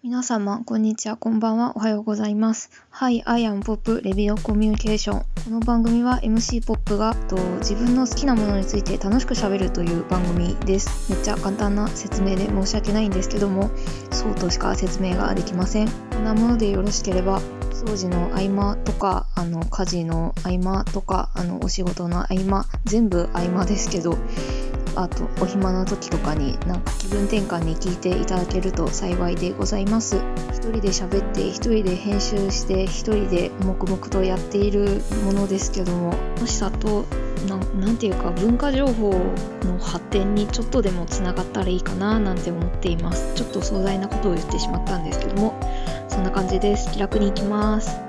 皆様、こんにちは、こんばんは、おはようございます。Hi, I am Pop Radio Communication。この番組は MC ポップが自分の好きなものについて楽しく喋るという番組です。めっちゃ簡単な説明で申し訳ないんですけども、そうとしか説明ができません。こんなものでよろしければ、掃除の合間とか、家事の合間とか、お仕事の合間、全部合間ですけど、あとお暇な時とかに気分転換に聞いていただけると幸いでございます。一人で喋って一人で編集して一人で黙々とやっているものですけども、もしさとなんていうか文化情報の発展にちょっとでもつながったらいいかななんて思っています。ちょっと壮大なことを言ってしまったんですけども、そんな感じです。気楽にいきます。